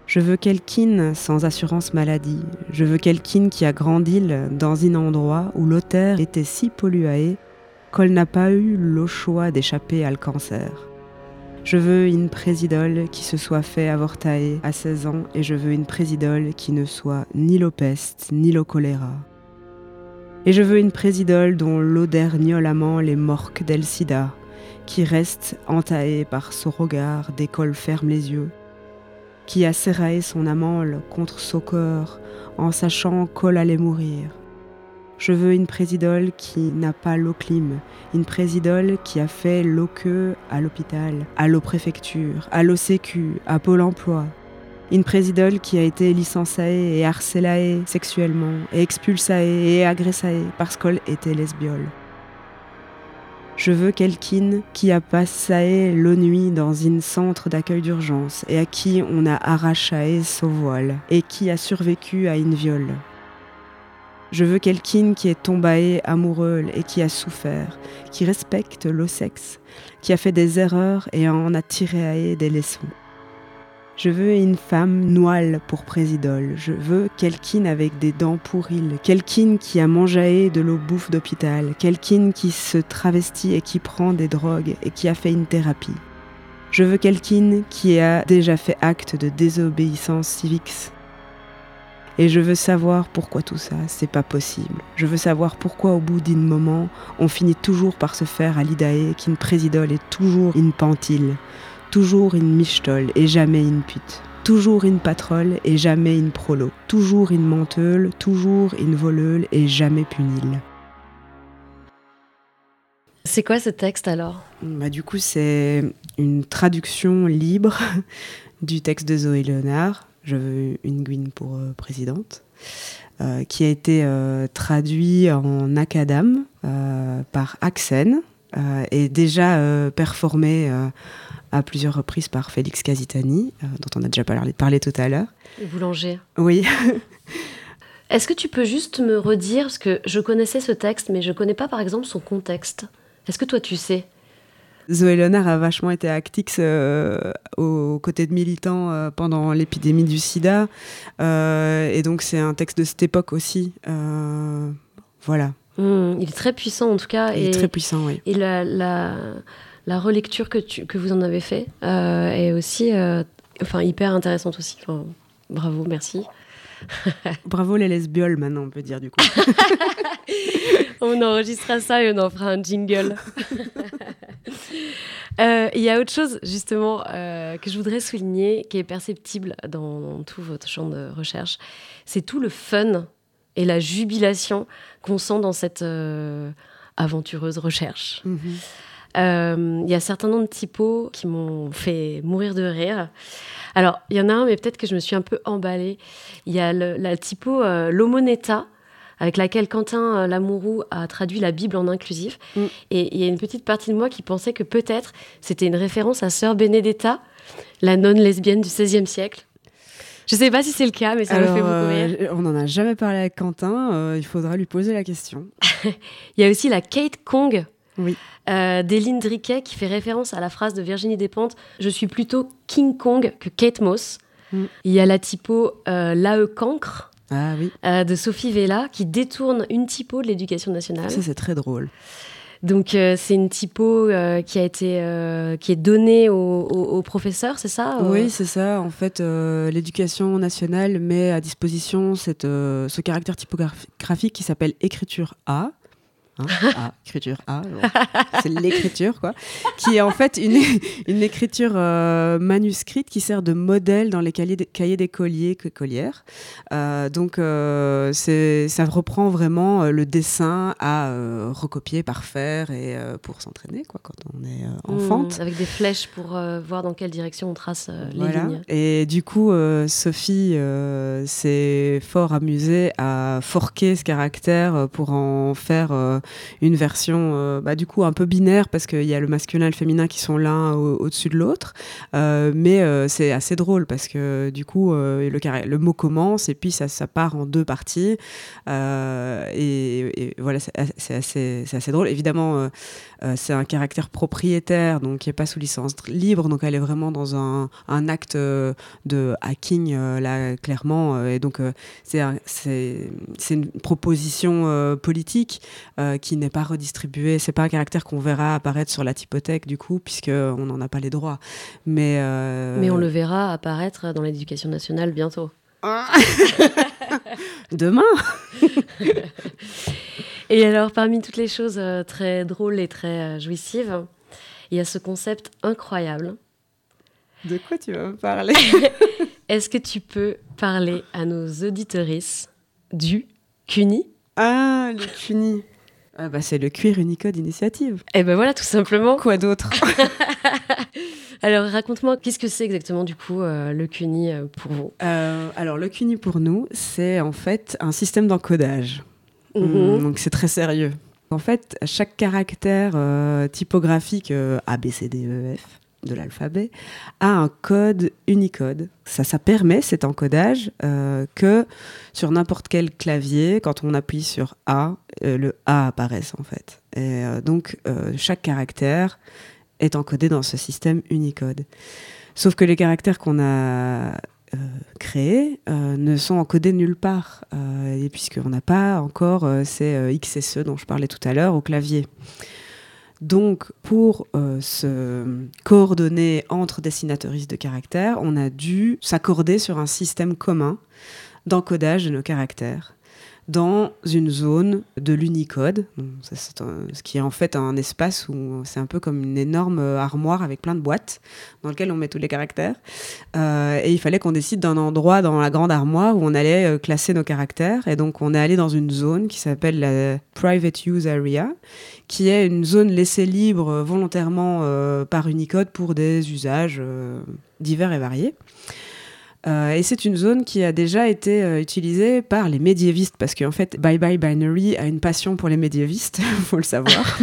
Je veux quelqu'un sans assurance maladie. Je veux quelqu'un qui a grandi dans un endroit où l'eau terre était si polluée qu'elle n'a pas eu le choix d'échapper à le cancer. Je veux une présidole qui se soit fait avorter à 16 ans et je veux une présidole qui ne soit ni le peste ni le choléra. Et je veux une présidole dont l'odeur violemment les morques del sida, qui reste entaillée par son regard dès qu'elle ferme les yeux, qui a serré son amole contre son corps en sachant qu'elle allait mourir. Je veux une présidole qui n'a pas l'eau clim, une présidole qui a fait l'eau queue à l'hôpital, à l'eau préfecture, à l'eau sécu, à Pôle emploi. Une présidole qui a été licenciée et harcelée sexuellement, et expulsée et agressée parce qu'elle était lesbienne. Je veux quelqu'un qui a passé la nuit dans un centre d'accueil d'urgence et à qui on a arraché son voile et qui a survécu à une viol. Je veux quelqu'un qui est tombé amoureux et qui a souffert, qui respecte le sexe, qui a fait des erreurs et en a tiré des leçons. Je veux une femme noile pour présidole. Je veux quelqu'un avec des dents pourries, quelqu'un qui a mangé de l'eau bouffe d'hôpital, quelqu'un qui se travestit et qui prend des drogues et qui a fait une thérapie. Je veux quelqu'un qui a déjà fait acte de désobéissance civique. Et je veux savoir pourquoi tout ça, c'est pas possible. Je veux savoir pourquoi au bout d'un moment, on finit toujours par se faire à l'idée qu'une présidole est toujours une pantile. Toujours une michtole et jamais une pute. Toujours une patrole et jamais une prolo. Toujours une menteule, toujours une voleule et jamais punile. C'est quoi ce texte alors ? Du coup, c'est une traduction libre du texte de Zoé Léonard, Je veux une Gwyn pour présidente, qui a été traduit en acadam par Axen et déjà performé à plusieurs reprises par Félix Casitani, dont on a déjà parlé tout à l'heure. Le boulanger. Oui. Est-ce que tu peux juste me redire, parce que je connaissais ce texte, mais je ne connais pas par exemple son contexte. Est-ce que toi tu sais ? Zoé Léonard a vachement été actix aux côtés de militants pendant l'épidémie du sida. Et donc c'est un texte de cette époque aussi. Voilà. Il est très puissant en tout cas. Il est très puissant, oui. Et la relecture que vous en avez fait est aussi hyper intéressante aussi. Enfin, bravo, merci. Bravo les lesbioles maintenant, on peut dire du coup. On enregistrera ça et on en fera un jingle. Il y a autre chose justement que je voudrais souligner, qui est perceptible dans tout votre champ de recherche. C'est tout le fun et la jubilation qu'on sent dans cette aventureuse recherche. Il y a certains noms de typos qui m'ont fait mourir de rire. Alors, il y en a un, mais peut-être que je me suis un peu emballée. Il y a la typo l'homonetta, avec laquelle Quentin Lamourou a traduit la Bible en inclusif. Et il y a une petite partie de moi qui pensait que peut-être c'était une référence à Sœur Benedetta, la nonne lesbienne du XVIe siècle. Je ne sais pas si c'est le cas, mais ça me fait beaucoup rire. On n'en a jamais parlé avec Quentin, il faudra lui poser la question. Il y a aussi la Kate Kong, oui. d'Éline Driquet, qui fait référence à la phrase de Virginie Despentes « Je suis plutôt King Kong que Kate Moss ». Il y a la typo l'AE Cancre, de Sophie Vella, qui détourne une typo de l'Éducation nationale. Ça, c'est très drôle. Donc, c'est une typo qui est donnée aux professeurs, c'est ça ? Oui, c'est ça. En fait, l'Éducation nationale met à disposition ce caractère typographique qui s'appelle écriture A. Écriture A, c'est l'écriture quoi, qui est en fait une écriture manuscrite qui sert de modèle dans les cahiers d'écolières. Donc ça reprend vraiment le dessin à recopier, parfaire et pour s'entraîner quoi, quand on est enfante. Avec des flèches pour voir dans quelle direction on trace les lignes. Et du coup, Sophie s'est fort amusée à forquer ce caractère pour en faire une version du coup un peu binaire parce qu'il y a le masculin et le féminin qui sont l'un au-dessus de l'autre, mais c'est assez drôle parce que du coup le mot commence et puis ça part en deux parties et voilà, c'est assez drôle. Évidemment, c'est un caractère propriétaire caractère, donc qui n'est pas sous licence libre, donc elle est vraiment dans un acte de hacking, là, clairement. Et donc, c'est une proposition politique qui n'est pas redistribuée. C'est pas un caractère qu'on verra apparaître sur la typothèque, du coup, puisqu'on n'en a pas les droits. Mais on le verra apparaître dans l'éducation nationale bientôt. Demain. Et alors, parmi toutes les choses très drôles et très jouissives, il y a ce concept incroyable. De quoi tu vas me parler? Est-ce que tu peux parler à nos auditrices du CUNY? Ah, le CUNY. C'est le Queer Unicode Initiative. Eh ben voilà, tout simplement. Quoi d'autre? Alors, raconte-moi, qu'est-ce que c'est exactement, du coup, le CUNY pour vous? Alors, le CUNY, pour nous, c'est en fait un système d'encodage. Donc, c'est très sérieux. En fait, chaque caractère typographique A, B, C, D, E, F de l'alphabet a un code Unicode. Ça permet, cet encodage, que sur n'importe quel clavier, quand on appuie sur A, le A apparaisse, en fait. Et donc, chaque caractère est encodé dans ce système Unicode. Sauf que les caractères qu'on a créés ne sont encodés nulle part, et puisqu'on n'a pas encore ces X et ce dont je parlais tout à l'heure au clavier. Donc, pour se coordonner entre dessinateuristes de caractères, on a dû s'accorder sur un système commun d'encodage de nos caractères dans une zone de l'Unicode, ce qui est en fait un espace où c'est un peu comme une énorme armoire avec plein de boîtes dans lequel on met tous les caractères. Et il fallait qu'on décide d'un endroit dans la grande armoire où on allait classer nos caractères. Et donc on est allé dans une zone qui s'appelle la Private Use Area, qui est une zone laissée libre volontairement par Unicode pour des usages divers et variés. Et c'est une zone qui a déjà été utilisée par les médiévistes, parce qu'en fait, Bye Bye Binary a une passion pour les médiévistes, il faut le savoir,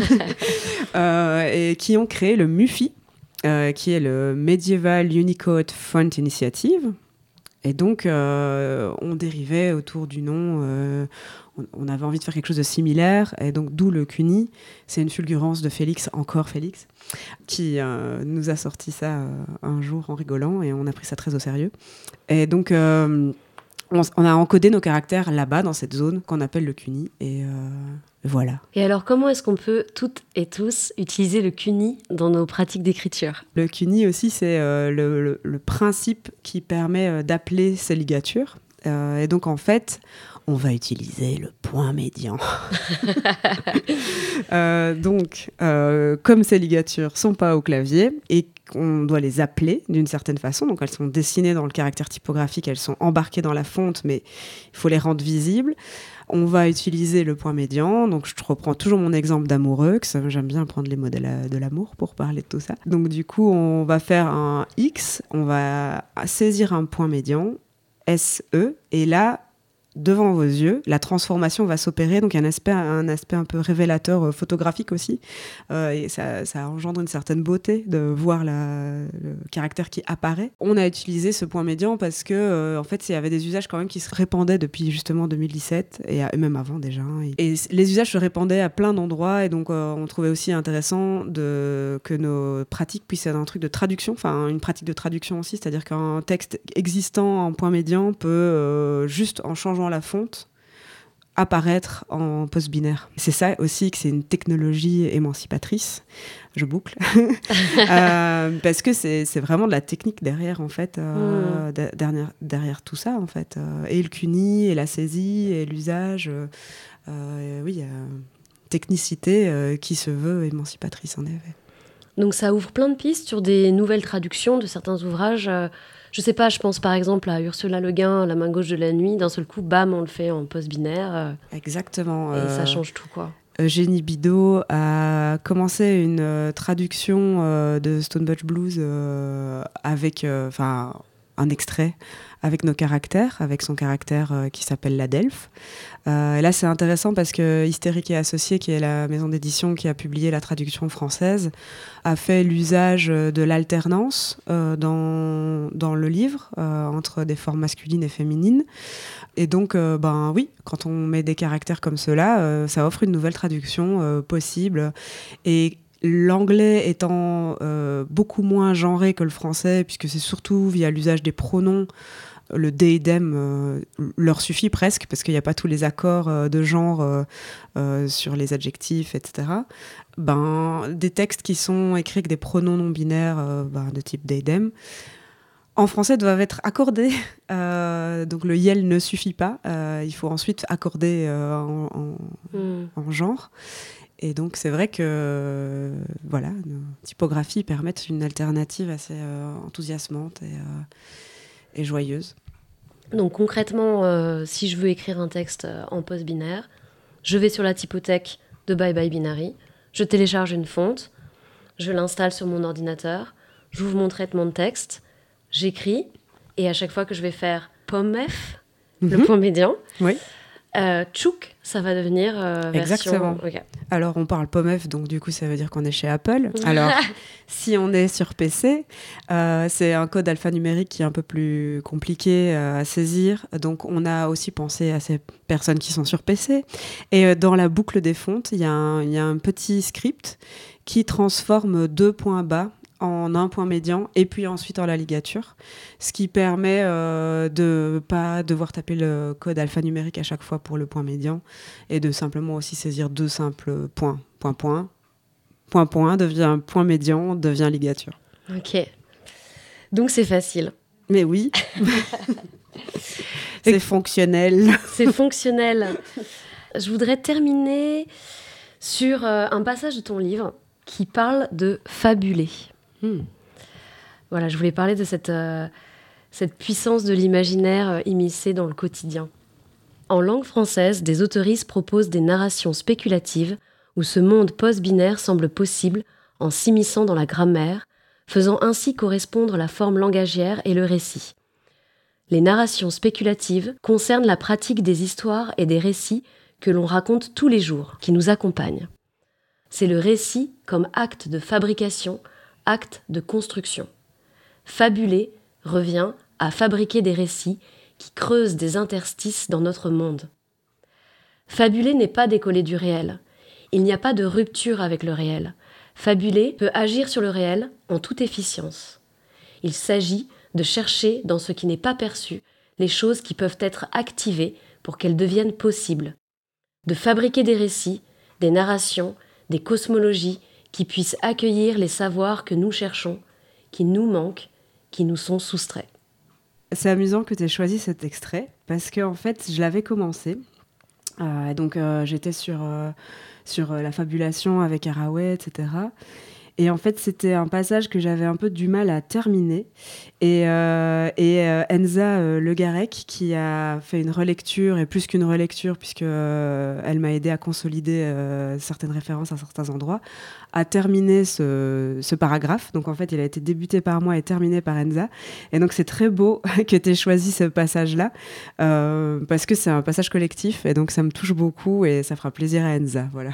et qui ont créé le MUFI, qui est le Medieval Unicode Font Initiative. Et donc, on dérivait autour du nom, on avait envie de faire quelque chose de similaire, et donc d'où le CUNY. C'est une fulgurance de Félix, encore Félix, qui nous a sorti ça un jour en rigolant, et on a pris ça très au sérieux. Et donc, on a encodé nos caractères là-bas, dans cette zone qu'on appelle le CUNY, et voilà. Et alors, comment est-ce qu'on peut toutes et tous utiliser le CUNY dans nos pratiques d'écriture? Le CUNY aussi, c'est le principe qui permet d'appeler ces ligatures. Et donc, en fait, on va utiliser le point médian. Donc, comme ces ligatures ne sont pas au clavier et qu'on doit les appeler d'une certaine façon, donc elles sont dessinées dans le caractère typographique, elles sont embarquées dans la fonte, mais il faut les rendre visibles. On va utiliser le point médian. Donc, je reprends toujours mon exemple d'amoureux, que j'aime bien prendre les mots de l'amour pour parler de tout ça. Donc, du coup, on va faire un X, on va saisir un point médian, SE, et là, devant vos yeux, la transformation va s'opérer. Donc, il y a un aspect un peu révélateur photographique aussi. Et ça engendre une certaine beauté de voir le caractère qui apparaît. On a utilisé ce point médian parce que, en fait, il y avait des usages quand même qui se répandaient depuis justement 2017 et même avant déjà. Et les usages se répandaient à plein d'endroits. Et donc, on trouvait aussi intéressant que nos pratiques puissent être un truc de traduction, enfin, une pratique de traduction aussi. C'est-à-dire qu'un texte existant en point médian peut, juste en changeant la fonte, apparaître en post-binaire. C'est ça aussi que c'est une technologie émancipatrice. Je boucle. Parce que c'est vraiment de la technique derrière, en fait, derrière tout ça, en fait. Et le CUNY, et la saisie, et l'usage. Oui, technicité qui se veut émancipatrice, en effet. Donc ça ouvre plein de pistes sur des nouvelles traductions de certains ouvrages. Je sais pas, je pense par exemple à Ursula Le Guin, La main gauche de la nuit. D'un seul coup, bam, on le fait en post-binaire. Exactement. Et ça change tout, quoi. Eugénie Bidault a commencé une traduction de Stone Butch Blues avec un extrait avec nos caractères, avec son caractère qui s'appelle la Delphes. Et là, c'est intéressant parce que Hystérique et Associés, qui est la maison d'édition qui a publié la traduction française, a fait l'usage de l'alternance dans le livre entre des formes masculines et féminines. Et donc, oui, quand on met des caractères comme ceux-là, ça offre une nouvelle traduction possible. Et L'anglais étant beaucoup moins genré que le français, puisque c'est surtout via l'usage des pronoms, le they, them leur suffit presque, parce qu'il n'y a pas tous les accords de genre sur les adjectifs, etc. Des textes qui sont écrits avec des pronoms non binaires de type they, them, en français doivent être accordés. Donc le yel ne suffit pas. Il faut ensuite accorder en genre. Et donc, c'est vrai que nos typographies permettent une alternative assez enthousiasmante et joyeuse. Donc, concrètement, si je veux écrire un texte en post-binaire, je vais sur la typothèque de Bye Bye Binary, je télécharge une fonte, je l'installe sur mon ordinateur, j'ouvre mon traitement de texte, j'écris, et à chaque fois que je vais faire POMF, le point médian, oui. Tchouk, ça va devenir version... Exactement. Okay. Alors, on parle POMF, donc du coup, ça veut dire qu'on est chez Apple. Alors, si on est sur PC, c'est un code alphanumérique qui est un peu plus compliqué à saisir. Donc, on a aussi pensé à ces personnes qui sont sur PC. Et dans la boucle des fontes, il y a un petit script qui transforme 2 points bas en un point médian et puis ensuite en la ligature, ce qui permet de pas devoir taper le code alphanumérique à chaque fois pour le point médian et de simplement aussi saisir 2 simples points. Point devient point médian, devient ligature. Ok. Donc c'est facile. Mais oui. C'est fonctionnel. C'est fonctionnel. Je voudrais terminer sur un passage de ton livre qui parle de fabuler. Voilà, je voulais parler de cette puissance de l'imaginaire immiscée dans le quotidien. En langue française, des autoristes proposent des narrations spéculatives où ce monde post-binaire semble possible en s'immisçant dans la grammaire, faisant ainsi correspondre la forme langagière et le récit. Les narrations spéculatives concernent la pratique des histoires et des récits que l'on raconte tous les jours, qui nous accompagnent. C'est le récit comme acte de fabrication, acte de construction. Fabuler revient à fabriquer des récits qui creusent des interstices dans notre monde. Fabuler n'est pas décoller du réel. Il n'y a pas de rupture avec le réel. Fabuler peut agir sur le réel en toute efficience. Il s'agit de chercher dans ce qui n'est pas perçu les choses qui peuvent être activées pour qu'elles deviennent possibles. De fabriquer des récits, des narrations, des cosmologies qui puissent accueillir les savoirs que nous cherchons, qui nous manquent, qui nous sont soustraits. C'est amusant que tu aies choisi cet extrait, parce qu'en fait, je l'avais commencé. J'étais sur la fabulation avec Haraway, etc. Et en fait, c'était un passage que j'avais un peu du mal à terminer. Et Enza Le Garec, qui a fait une relecture, et plus qu'une relecture, puisqu'elle m'a aidé à consolider certaines références à certains endroits, a terminé ce paragraphe. Donc en fait, il a été débuté par moi et terminé par Enza. Et donc c'est très beau que tu aies choisi ce passage-là, parce que c'est un passage collectif, et donc ça me touche beaucoup, et ça fera plaisir à Enza. Voilà.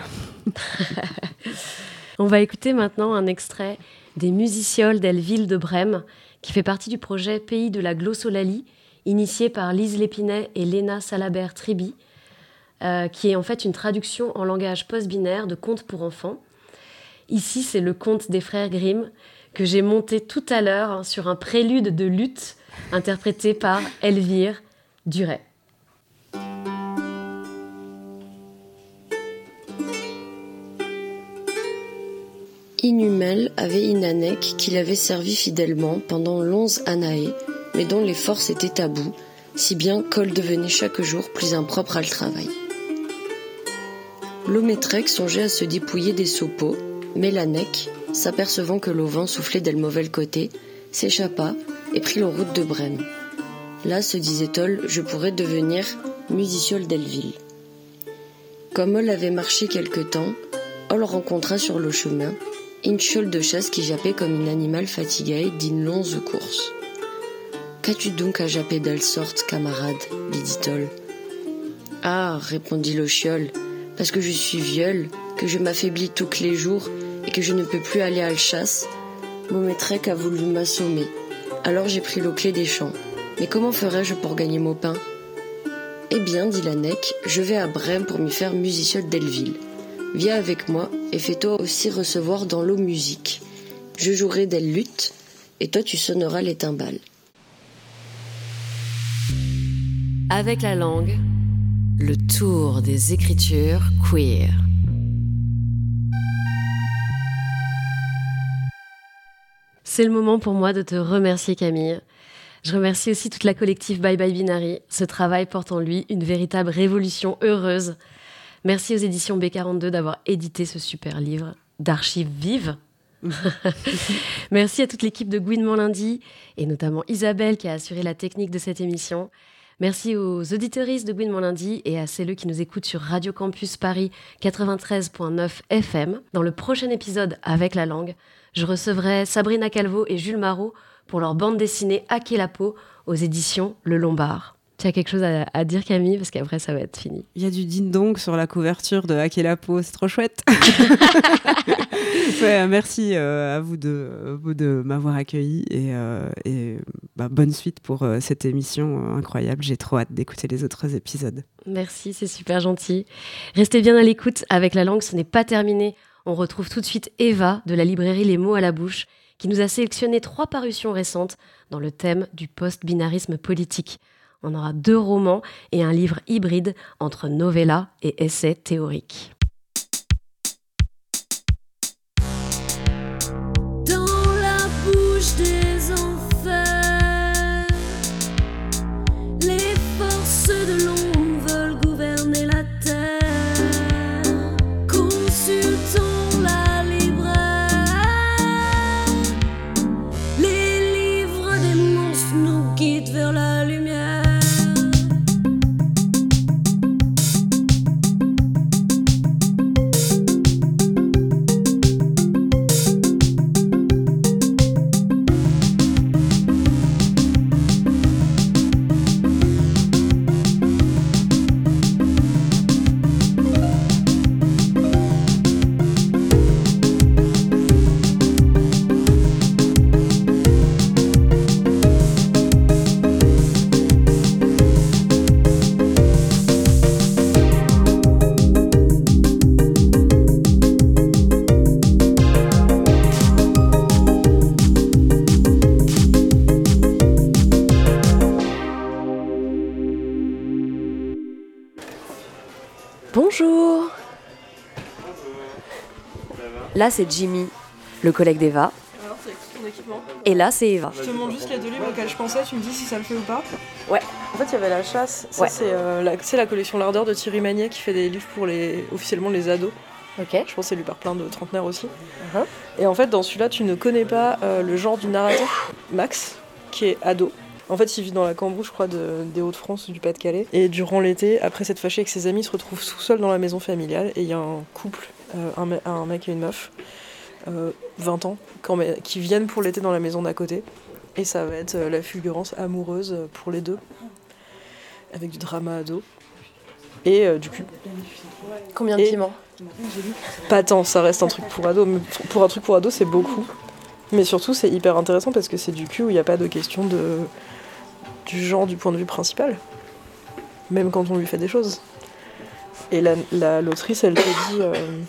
On va écouter maintenant un extrait des Musicioles d'Elleville de Brême, qui fait partie du projet Pays de la glossolalie, initié par Lise Lépinet et Léna Salabert-Triby, qui est en fait une traduction en langage post-binaire de contes pour enfants. Ici, c'est le conte des frères Grimm, que j'ai monté tout à l'heure sur un prélude de lutte, interprété par Elvire Duret. Inhumel avait une Anek qui l'avait servi fidèlement pendant 11 années, mais dont les forces étaient à bout, si bien qu'elle devenait chaque jour plus impropre à le travail. L'Ométrec songeait à se dépouiller des sopeaux, mais l'Anek, s'apercevant que l'auvent soufflait d'elle mauvais côté, s'échappa et prit la route de Brême. Là, se disait-elle, je pourrais devenir musiciole d'Elleville. Comme elle avait marché quelque temps, elle rencontra sur le chemin une chiole de chasse qui jappait comme un animal fatigué d'une longue course. « Qu'as-tu donc à japper d'elle sorte, camarade ?» lui dit-elle. « Ah, répondit le chiole, parce que je suis vieule, que je m'affaiblis tous les jours et que je ne peux plus aller à la chasse. Mon maîtrec a voulu m'assommer. Alors j'ai pris le clé des champs. Mais comment ferais-je pour gagner mon pain ? Eh bien, dit l'Anek, je vais à Brême pour m'y faire musiciole d'Elleville. Viens avec moi et fais-toi aussi recevoir dans l'eau musique. Je jouerai des luttes et toi tu sonneras les timbales. Avec la langue, le tour des écritures queer. C'est le moment pour moi de te remercier, Camille. Je remercie aussi toute la collective Bye Bye Binary. Ce travail porte en lui une véritable révolution heureuse. Merci aux éditions B42 d'avoir édité ce super livre d'archives vives. Merci à toute l'équipe de Gouinement Lundi, et notamment Isabelle qui a assuré la technique de cette émission. Merci aux auditeuristes de Gouinement Lundi et à celles qui nous écoutent sur Radio Campus Paris 93.9 FM. Dans le prochain épisode Avec la langue, je recevrai Sabrina Calvo et Jules Marot pour leur bande dessinée Hacker la peau aux éditions Le Lombard. Tu as quelque chose à dire, Camille, parce qu'après ça va être fini. Il y a du ding-dong sur la couverture de Hacker la peau, c'est trop chouette. Ouais, merci à vous de m'avoir accueilli et bonne suite pour cette émission incroyable. J'ai trop hâte d'écouter les autres épisodes. Merci, c'est super gentil. Restez bien à l'écoute. Avec la langue, ce n'est pas terminé. On retrouve tout de suite Eva de la librairie Les Mots à la bouche qui nous a sélectionné 3 parutions récentes dans le thème du post-binarisme politique. On aura 2 romans et un livre hybride entre novella et essai théorique. Dans la bouche des enfers, les forces de l'ombre veulent gouverner la terre. Consultons la libraire, les livres des monstres nous guident vers la lumière. Bonjour. Là, c'est Jimmy, le collègue d'Eva. Alors, c'est ton équipement. Et là, c'est Eva. Je te montre juste les 2 livres auxquels je pensais, tu me dis si ça le fait ou pas. Ouais. En fait, il y avait La Chasse, ça Ouais. c'est la collection L'Ardeur de Thierry Magnier qui fait des livres pour officiellement les ados. Ok. Je pense que c'est lu par plein de trentenaires aussi. Et en fait, dans celui-là, tu ne connais pas le genre du narrateur, Max, qui est ado. En fait, il vit dans la Cambrousse, je crois, des Hauts-de-France ou du Pas-de-Calais. Et durant l'été, après s'être fâché avec ses amis, il se retrouve tout seul dans la maison familiale. Et il y a un couple, un mec et une meuf, 20 ans, qui viennent pour l'été dans la maison d'à côté. Et ça va être la fulgurance amoureuse pour les deux, avec du drama ado. Et du cul. Combien de piments ? Pas tant, ça reste un truc pour ado. Mais pour un truc pour ado, c'est beaucoup. Mais surtout, c'est hyper intéressant parce que c'est du cul où il n'y a pas de question du genre du point de vue principal. Même quand on lui fait des choses. Et l'autrice, elle te dit...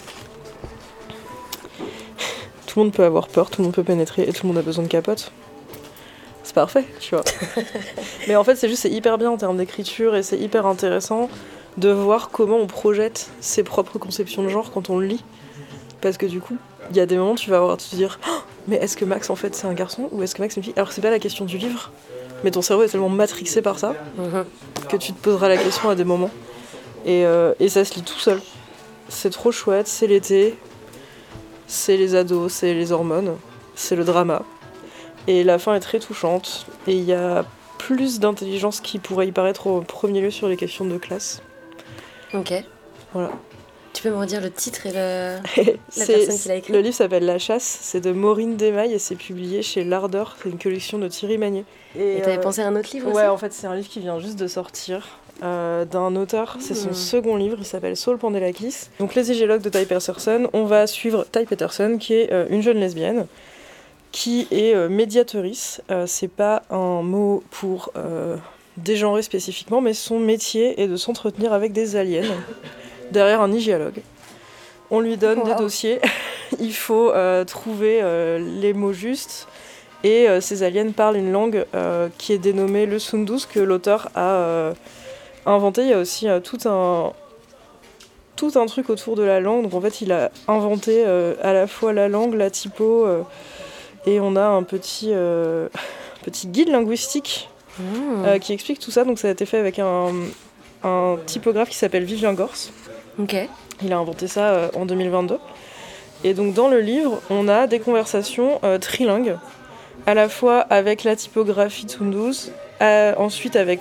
tout le monde peut avoir peur, tout le monde peut pénétrer et tout le monde a besoin de capote. C'est parfait, tu vois. Mais en fait, c'est hyper bien en termes d'écriture et c'est hyper intéressant de voir comment on projette ses propres conceptions de genre quand on le lit. Parce que du coup, il y a des moments où tu vas te dire oh, mais est-ce que Max en fait c'est un garçon ou est-ce que Max c'est une fille ? Alors c'est pas la question du livre, mais ton cerveau est tellement matrixé par ça que tu te poseras la question à des moments. Et ça se lit tout seul. C'est trop chouette, c'est l'été, c'est les ados, c'est les hormones, c'est le drama. Et la fin est très touchante et il y a plus d'intelligence qui pourrait y paraître au premier lieu sur les questions de classe. Ok. Voilà. Tu peux me redire le titre et la personne qui l'a écrit ? Le livre s'appelle La Chasse, c'est de Maureen Desmailles et c'est publié chez L'Ardeur, c'est une collection de Thierry Magnier. Et t'avais pensé à un autre livre aussi ? Ouais, en fait c'est un livre qui vient juste de sortir d'un auteur, c'est son second livre, il s'appelle Saul Pandelakis. Donc Les Égélogues de Ty Peterson, on va suivre Ty Peterson qui est une jeune lesbienne qui est médiatrice, c'est pas un mot pour dégenrer spécifiquement, mais son métier est de s'entretenir avec des aliens derrière un hygiologue. On lui donne des dossiers, il faut trouver les mots justes, et ces aliens parlent une langue qui est dénommée le Sundus, que l'auteur a inventé. Il y a aussi tout un truc autour de la langue, donc en fait il a inventé à la fois la langue, la typo, et on a un petit guide linguistique qui explique tout ça. Donc ça a été fait avec un typographe qui s'appelle Vivien Gors. Ok. Il a inventé ça en 2022. Et donc dans le livre, on a des conversations trilingues, à la fois avec la typographie Tsunduz, ensuite avec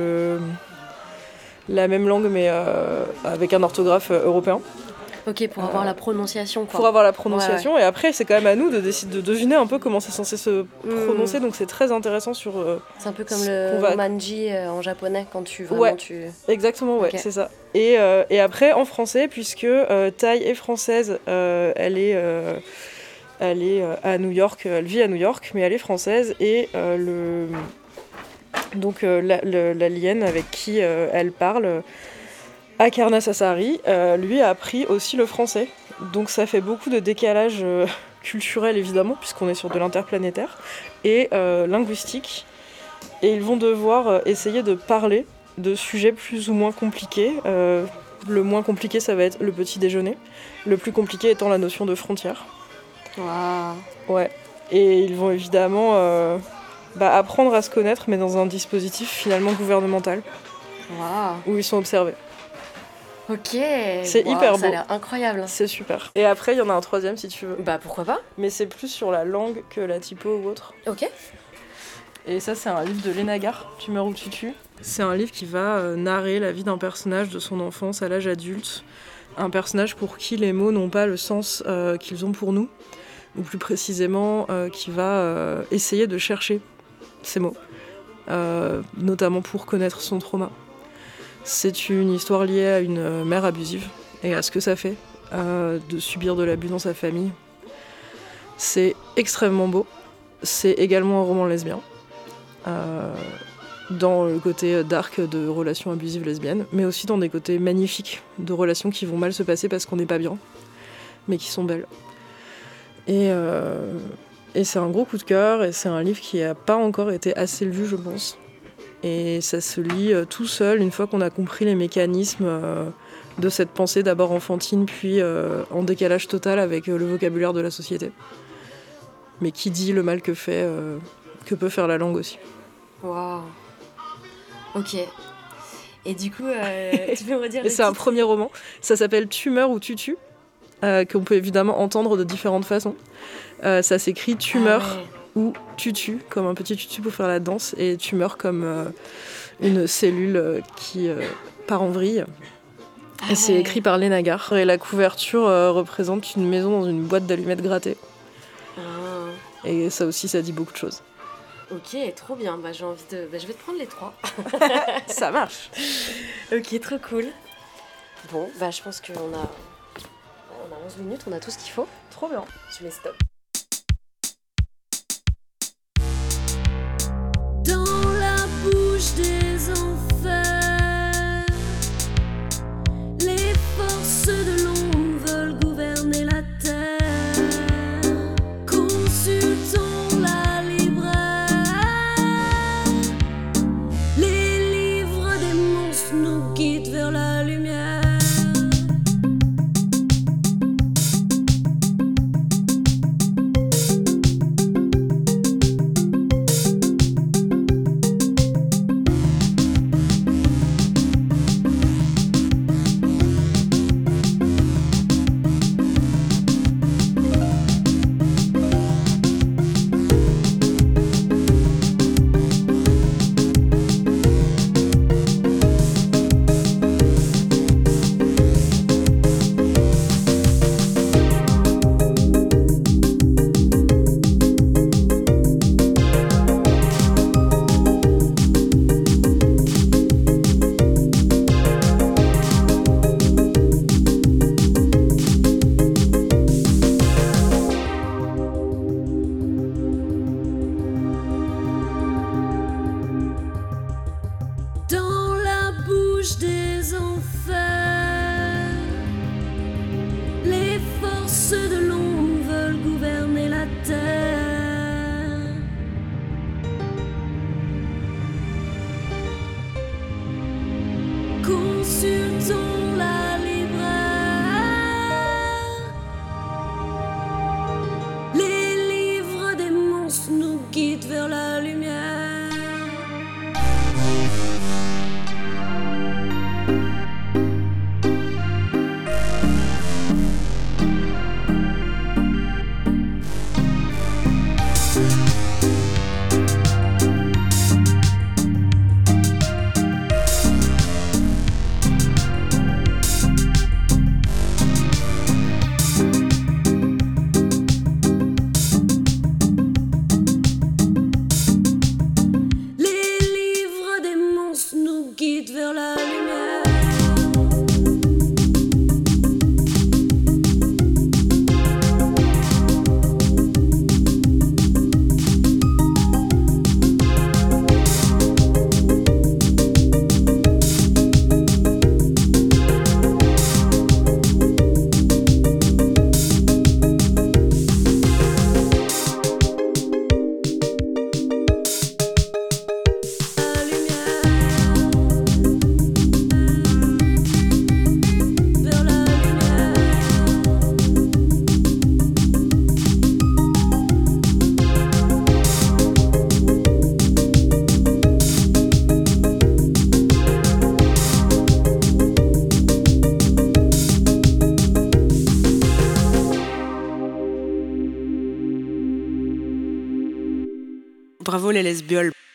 la même langue mais avec un orthographe européen. Ok, pour avoir la prononciation, quoi. Pour avoir la prononciation, Ouais. Et après c'est quand même à nous de décider de deviner un peu comment c'est censé se prononcer, donc c'est très intéressant sur... C'est un peu comme qu'on le manji en japonais, quand tu vraiment Ouais. tu... Exactement, ouais, Ok. c'est ça. Et après, en français, puisque Thaï est française, elle est à New York, elle vit à New York, mais elle est française, et l'alien avec qui elle parle, Akarna Sassari, lui a appris aussi le français. Donc ça fait beaucoup de décalage culturel, évidemment, puisqu'on est sur de l'interplanétaire, et linguistique. Et ils vont devoir essayer de parler de sujets plus ou moins compliqués. Le moins compliqué, ça va être le petit déjeuner. Le plus compliqué étant la notion de frontière. Waouh. Ouais. Et ils vont évidemment apprendre à se connaître, mais dans un dispositif finalement gouvernemental, Waouh. où ils sont observés. Ok. C'est hyper beau. Ça a l'air incroyable. C'est super. Et après, il y en a un troisième si tu veux. Bah pourquoi pas. Mais c'est plus sur la langue que la typo ou autre. Ok. Et ça, c'est un livre de Léna Gare, Tu meurs ou tu tues. C'est un livre qui va narrer la vie d'un personnage de son enfance à l'âge adulte. Un personnage pour qui les mots n'ont pas le sens qu'ils ont pour nous. Ou plus précisément, qui va essayer de chercher ces mots. Notamment pour connaître son trauma. C'est une histoire liée à une mère abusive et à ce que ça fait de subir de l'abus dans sa famille. C'est extrêmement beau. C'est également un roman lesbien. Dans le côté dark de relations abusives lesbiennes, mais aussi dans des côtés magnifiques de relations qui vont mal se passer parce qu'on n'est pas bien, mais qui sont belles. Et c'est un gros coup de cœur, et c'est un livre qui n'a pas encore été assez lu, je pense. Et ça se lit tout seul, une fois qu'on a compris les mécanismes de cette pensée d'abord enfantine, puis en décalage total avec le vocabulaire de la société. Mais qui dit le mal que peut faire la langue aussi. Waouh. Ok. Et du coup, tu peux me redire Et c'est un premier roman. Ça s'appelle Tu meurs ou tu tues, qu'on peut évidemment entendre de différentes façons. Ça s'écrit Tu meurs ou tu tues, comme un petit tutu pour faire la danse, et tu meurs comme une cellule qui part en vrille. Et c'est écrit par Léna Gare. Et la couverture représente une maison dans une boîte d'allumettes grattées. Et ça aussi, ça dit beaucoup de choses. Ok, trop bien. J'ai envie de... je vais te prendre les 3. Ça marche. Ok, trop cool. Bon, je pense qu'on a 11 minutes, on a tout ce qu'il faut. Trop bien. Je mets stop. Dans la bouche des enfers, les forces de l'ombre veulent gouverner la terre. Consultons la libraire, les livres des monstres nous guident vers la lumière. guide vers la lumière. Vers la lumière. Bravo les lesbioles.